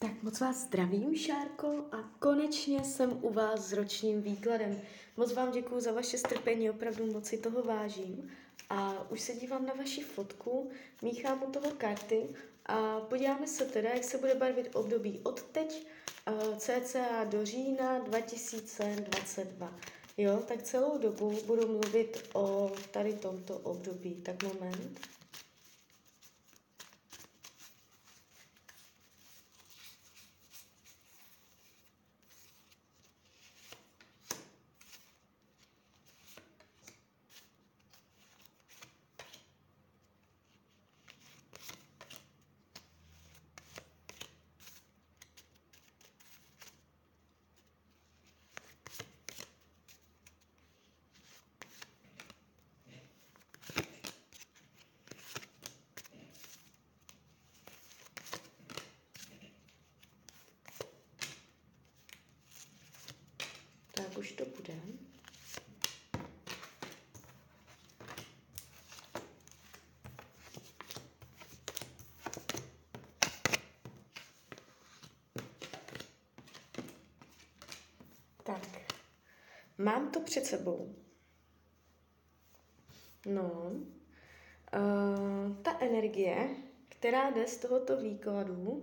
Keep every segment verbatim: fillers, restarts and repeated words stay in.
Tak moc vás zdravím, Šárko, a konečně jsem u vás s ročním výkladem. Moc vám děkuju za vaše strpení, opravdu moc si toho vážím. A už se dívám na vaši fotku, míchám u toho karty a podíváme se teda, jak se bude barvit období od teď uh, cca do října dva tisíce dvacet dva. Jo, tak celou dobu budu mluvit o tady tomto období. Tak moment. Tak už to bude. Tak, mám to před sebou. No, uh, ta energie, která jde z tohoto výkladu,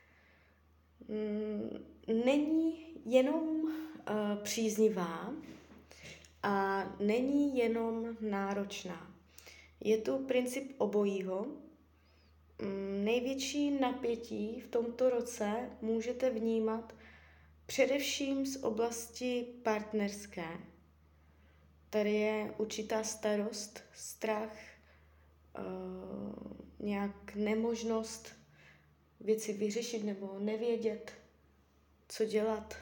mm, není jenom uh, příznivá a není jenom náročná. Je tu princip obojího. Mm, největší napětí v tomto roce můžete vnímat především z oblasti partnerské. Tady je určitá starost, strach, uh, nějak nemožnost věci vyřešit nebo nevědět, co dělat.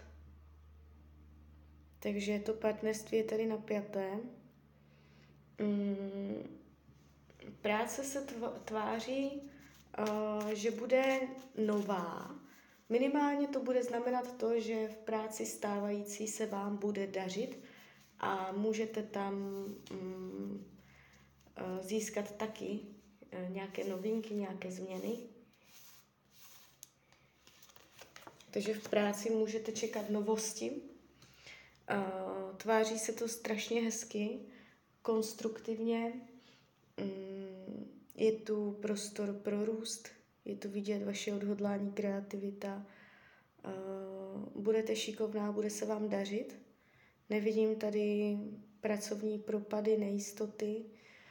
Takže to partnerství je tady napjaté. Mm, práce se tváří, uh, že bude nová. Minimálně to bude znamenat to, že v práci stávající se vám bude dařit a můžete tam um, získat taky nějaké novinky, nějaké změny. Takže v práci můžete čekat novosti. Tváří se to strašně hezky, konstruktivně. Je tu prostor pro růst, je tu vidět vaše odhodlání, kreativita. Budete šikovná, bude se vám dařit. Nevidím tady pracovní propady, nejistoty,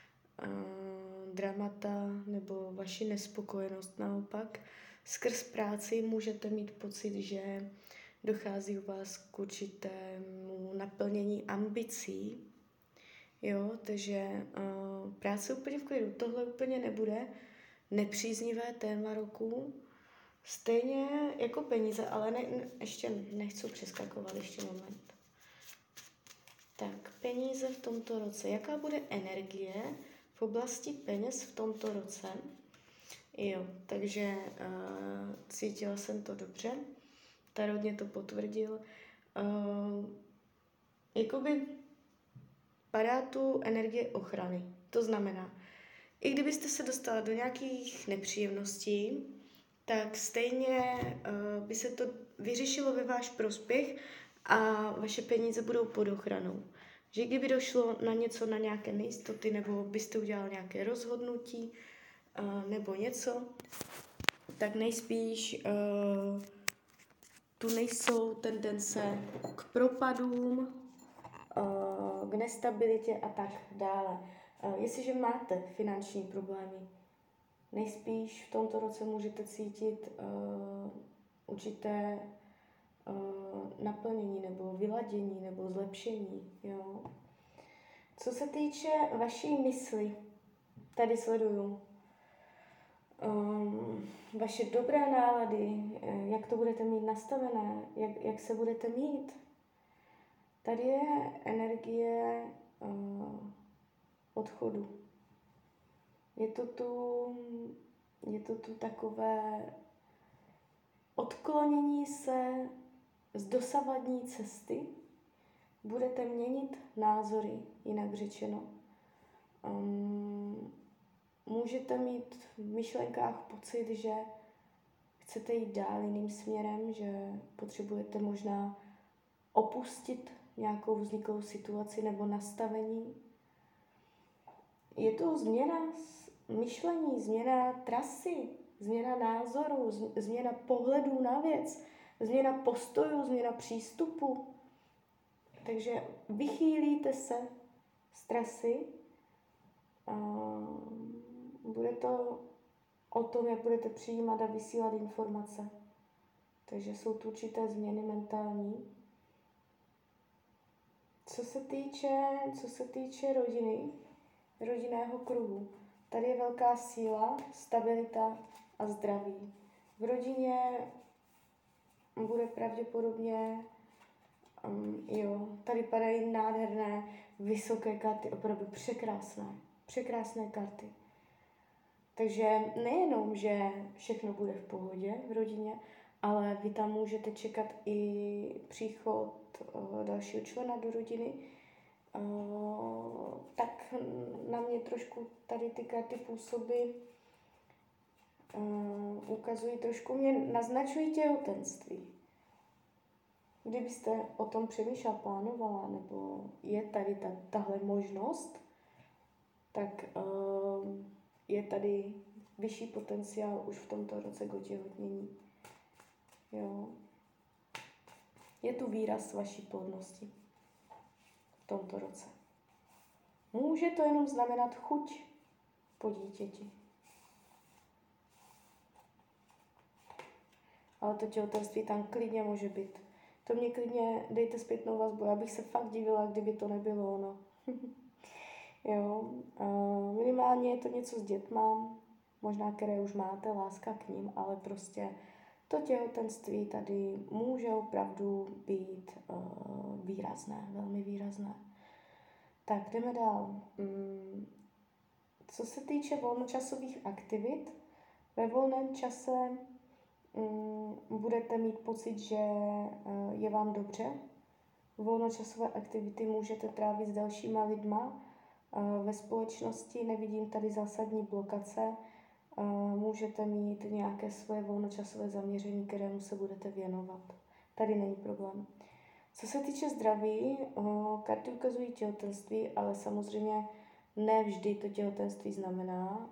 dramata nebo vaši nespokojenost. Naopak, skrz práci můžete mít pocit, že dochází u vás k určitému naplnění ambicí. Jo, takže uh, práce úplně v klidu. Tohle úplně nebude nepříznivé téma roku. Stejně jako peníze, ale ne, ne, ještě nechci přeskakovat, ještě moment. Tak, peníze v tomto roce. Jaká bude energie v oblasti peněz v tomto roce? Jo, takže uh, cítila jsem to dobře. Tarot mě to potvrdil. Uh, jakoby padá tu energie ochrany. To znamená, i kdybyste se dostala do nějakých nepříjemností, tak stejně uh, by se to vyřešilo ve váš prospěch a vaše peníze budou pod ochranou. Že kdyby došlo na něco, na nějaké nejistoty, nebo byste udělal nějaké rozhodnutí, uh, nebo něco, tak nejspíš uh, tu nejsou tendence k propadům, uh, k nestabilitě a tak dále. Uh, jestliže máte finanční problémy, nejspíš v tomto roce můžete cítit uh, určité uh, naplnění nebo vyladění nebo zlepšení. Jo. Co se týče vaší mysli, tady sleduju um, vaše dobré nálady, jak to budete mít nastavené, jak, jak se budete mít. Tady je energie uh, odchodu. Je to tu, je to tu takové odklonění se z dosavadní cesty. Budete měnit názory, jinak řečeno. Um, můžete mít v myšlenkách pocit, že chcete jít dál jiným směrem, že potřebujete možná opustit nějakou vzniklou situaci nebo nastavení. Je to změna myšlení, změna trasy, změna názoru, změna pohledů na věc, změna postojů, změna přístupu. Takže vychýlíte se z trasy a bude to o tom, jak budete přijímat a vysílat informace. Takže jsou tu určité změny mentální. Co se týče, co se týče rodiny, rodinného kruhu, tady je velká síla, stabilita a zdraví. V rodině bude pravděpodobně, um, jo, tady padají nádherné, vysoké karty, opravdu překrásné, překrásné karty. Takže nejenom, že všechno bude v pohodě v rodině, ale vy tam můžete čekat i příchod uh, dalšího člena do rodiny. Uh, tak na mě trošku tady ty karty působy uh, ukazují, trošku mě naznačují těhotenství. Kdybyste o tom přemýšlela, plánovala, nebo je tady ta, tahle možnost, tak uh, je tady vyšší potenciál už v tomto roce k otěhotnění. Jo. Je tu výraz vaší plodnosti v tomto roce. Může to jenom znamenat chuť po dítěti. Ale to těhotenství tam klidně může být. To mě klidně dejte zpětnou vazbu. Já bych se fakt divila, kdyby to nebylo ono. Jo, uh, minimálně je to něco s dětma, možná které už máte, láska k ním, ale prostě to těhotenství tady může opravdu být uh, výrazné, velmi výrazné. Tak, jdeme dál. Um, co se týče volnočasových aktivit, ve volném čase um, budete mít pocit, že uh, je vám dobře. Volnočasové aktivity můžete trávit s dalšíma lidma, ve společnosti, nevidím tady zásadní blokace, můžete mít nějaké svoje volnočasové zaměření, kterému se budete věnovat. Tady není problém. Co se týče zdraví, karty ukazují těhotenství, ale samozřejmě ne vždy to těhotenství znamená.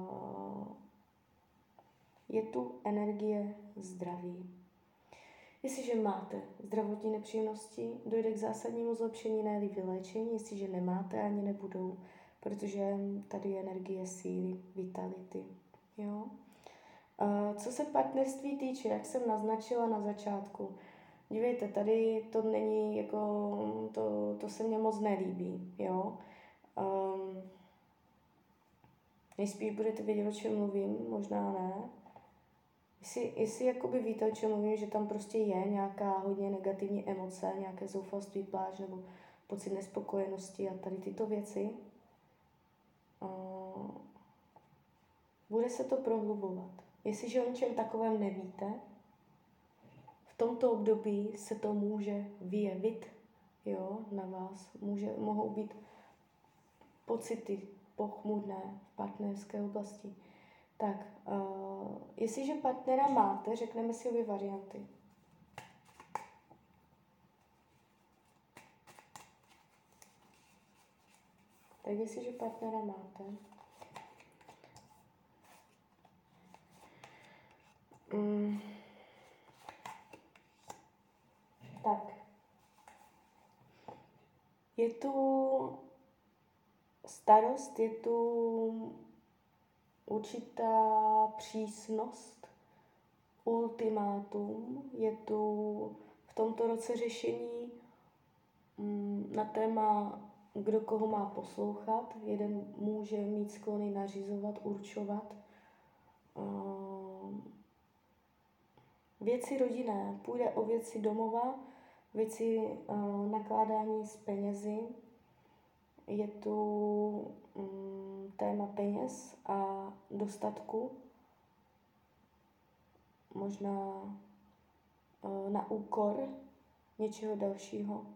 Je tu energie zdraví. Jestliže máte zdravotní nepříjemnosti, dojde k zásadnímu zlepšení, ne-li vyléčení, jestliže nemáte, ani nebudou, protože tady je energie síly, vitality. Jo? Co se partnerství týče, jak jsem naznačila na začátku, dívejte, tady to není, jako, to, to se mně moc nelíbí. Jo? Um, nejspíš budete vědět, o čem mluvím, možná ne. Jestli, jestli jakoby víte, o čem mluvím, že tam prostě je nějaká hodně negativní emoce, nějaké zoufalství, pláč nebo pocit nespokojenosti a tady tyto věci, uh, bude se to prohlubovat. Jestliže o něčem takovém nevíte, v tomto období se to může vyjevit, jo, na vás. Může, mohou být pocity pochmurné v partnerské oblasti. Tak, uh, jestliže partnera máte, řekneme si obě varianty. Tak jestliže partnera máte, um, tak, je tu starost, je tu určitá přísnost, ultimátum, je tu v tomto roce řešení mm, na téma, kdo koho má poslouchat. Jeden může mít sklony nařizovat, určovat. Um, věci rodinné, půjde o věci domova, věci uh, nakládání s penězi. Je tu um, téma peněz a dostatku, možná uh, na úkor něčeho dalšího.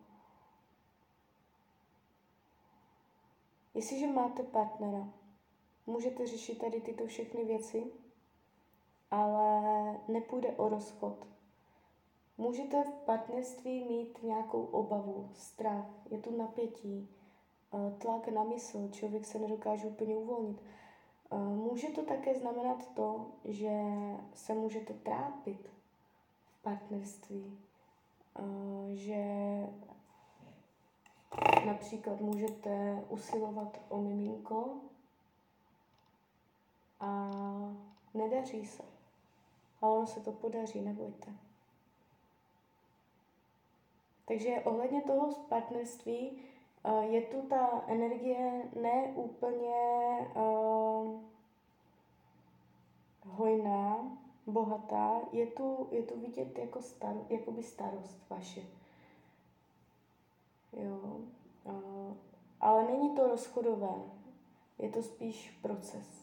Jestliže máte partnera, můžete řešit tady tyto všechny věci ale nepůjde o rozchod. Můžete v partnerství mít nějakou obavu, strach, je tu napětí, tlak na mysl, člověk se nedokáže úplně uvolnit. Může to také znamenat to, že se můžete trápit v partnerství, že například můžete usilovat o miminko a nedaří se. Ale ono se to podaří, nebojte. Takže ohledně toho partnerství je tu ta energie ne úplně uh, hojná, bohatá, je tu, je tu vidět jako star, jakoby starost vaše. Jo. Uh, ale není to rozchodové, je to spíš proces.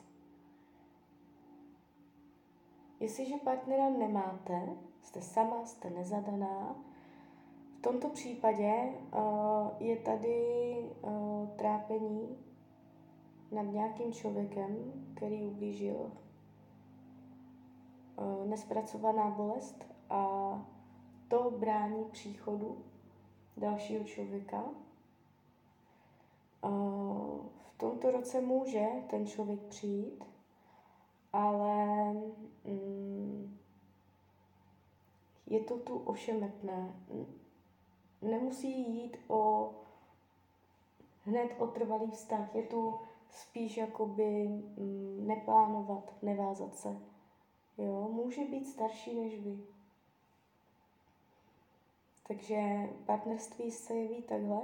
Jestliže partnera nemáte, jste sama, jste nezadaná, v tomto případě uh, je tady uh, trápení nad nějakým člověkem, který ublížil, uh, nespracovaná bolest a to brání příchodu dalšího člověka. Uh, v tomto roce může ten člověk přijít, ale mm, je to tu ošemetné. Nemusí jít o hned o trvalý vztah, je tu spíš jakoby mm, neplánovat, nevázat se. Jo? Může být starší než vy. Takže partnerství se jeví takhle.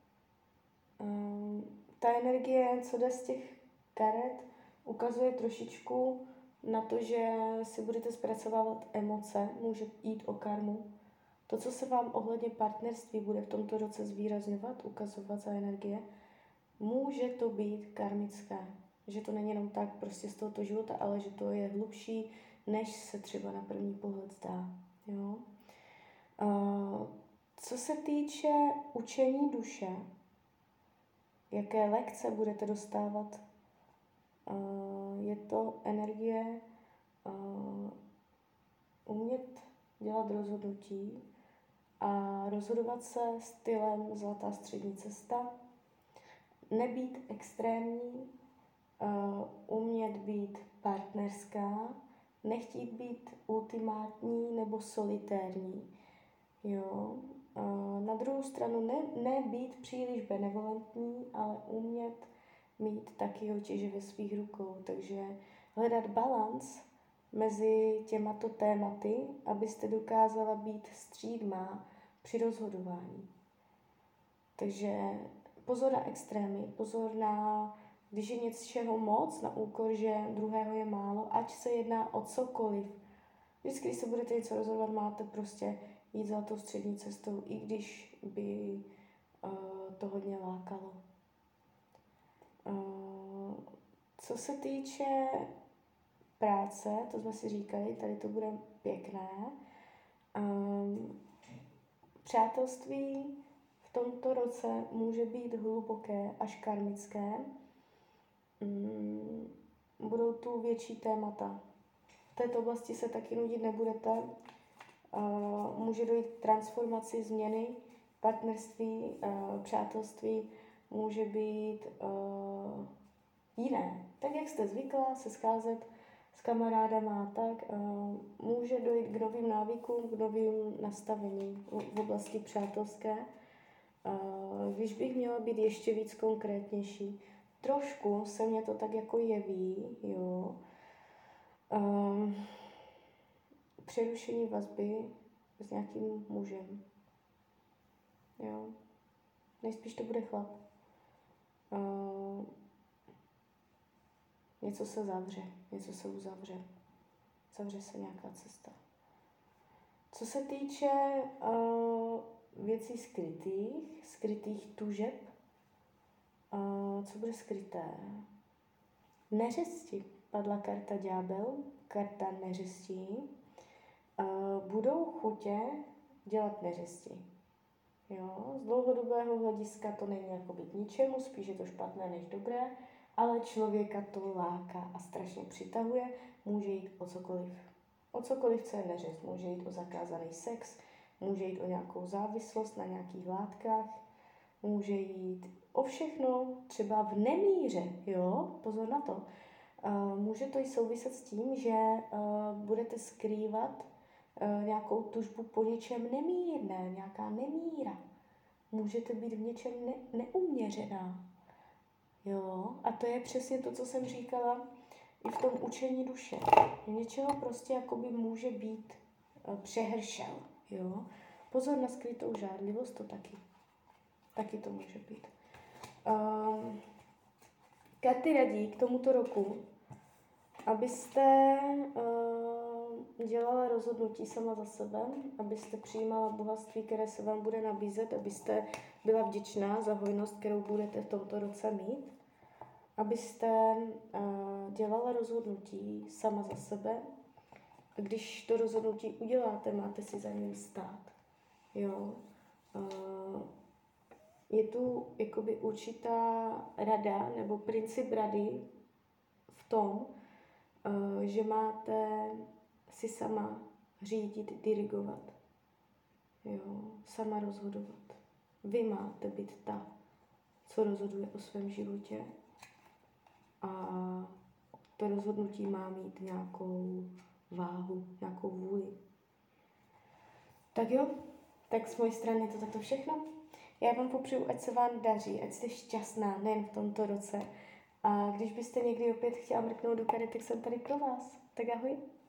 Um, ta energie, co jde z těch karet, ukazuje trošičku na to, že si budete zpracovávat emoce, může jít o karmu. To, co se vám ohledně partnerství bude v tomto roce zvýrazňovat, ukazovat za energie, může to být karmické. Že to není jenom tak prostě z tohoto života, ale že to je hlubší, než se třeba na první pohled zdá. Jo? Uh, co se týče učení duše, jaké lekce budete dostávat, uh, je to energie uh, umět dělat rozhodnutí a rozhodovat se stylem zlatá střední cesta, nebýt extrémní, uh, umět být partnerská, nechtít být ultimátní nebo solitérní. Jo. Uh, na druhou stranu ne, ne být příliš benevolentní, ale umět mít taky otěže ve svých rukou. Takže hledat balans mezi těmato tématy, abyste dokázala být střídmá při rozhodování. Takže pozor na extrémy, pozor na, když je něčeho moc, na úkor, že druhého je málo, ať se jedná o cokoliv. Vždycky, když se budete něco rozhodovat, máte prostě jít za tou střední cestou, i když by uh, to hodně lákalo. Uh, co se týče práce, to jsme si říkali, tady to bude pěkné. Um, přátelství v tomto roce může být hluboké až karmické. Um, budou tu větší témata. V této oblasti se taky nudit nebudete. Uh, může dojít k transformaci, změny, partnerství, uh, přátelství může být uh, jiné. Tak, jak jste zvyklá se scházet s kamarádama, tak uh, může dojít k novým návykům, k novým nastavením v oblasti přátelské. Uh, když bych měla být ještě víc konkrétnější, trošku se mě to tak jako jeví, jo. Um, přerušení vazby s nějakým mužem. Jo. Nejspíš to bude chlap. Uh, něco se zavře, něco se uzavře. Zavře se nějaká cesta. Co se týče uh, věcí skrytých, skrytých tužeb, uh, co bude skryté? Neřesti. Padla karta ďábel, karta neřestí. Uh, budou chutě dělat neřesti. Jo? Z dlouhodobého hlediska to není jakoby k ničemu, spíš je to špatné než dobré, ale člověka to láká a strašně přitahuje, může jít o cokoliv. O cokoliv, co je neřest. Může jít o zakázaný sex, může jít o nějakou závislost na nějakých látkách, může jít o všechno, třeba v nemíře, jo, pozor na to. Uh, může to i souviset s tím, že uh, budete skrývat uh, nějakou tužbu po něčem nemírné, nějaká nemíra. Můžete být v něčem ne- neuměřená. Jo, a to je přesně to, co jsem říkala i v tom učení duše. Něčeho prostě jakoby může být uh, přehršel, jo. Pozor na skrytou žádlivost, to taky. Taky to může být. Um, karty radí k tomuto roku, abyste uh, dělala rozhodnutí sama za sebe, abyste přijímala bohatství, které se vám bude nabízet, abyste byla vděčná za hojnost, kterou budete v tomto roce mít, abyste uh, dělala rozhodnutí sama za sebe. A když to rozhodnutí uděláte, máte si za ním stát. Jo. Uh, je tu jakoby určitá rada nebo princip rady v tom, že máte si sama řídit, dirigovat, jo, sama rozhodovat. Vy máte být ta, co rozhoduje o svém životě a to rozhodnutí má mít nějakou váhu, nějakou vůli. Tak jo, tak z mojej strany je to takto všechno. Já vám popřeju, ať se vám daří, ať jste šťastná nejen v tomto roce. A když byste někdy opět chtěla mrknout do karet, tak jsem tady pro vás. Tak ahoj.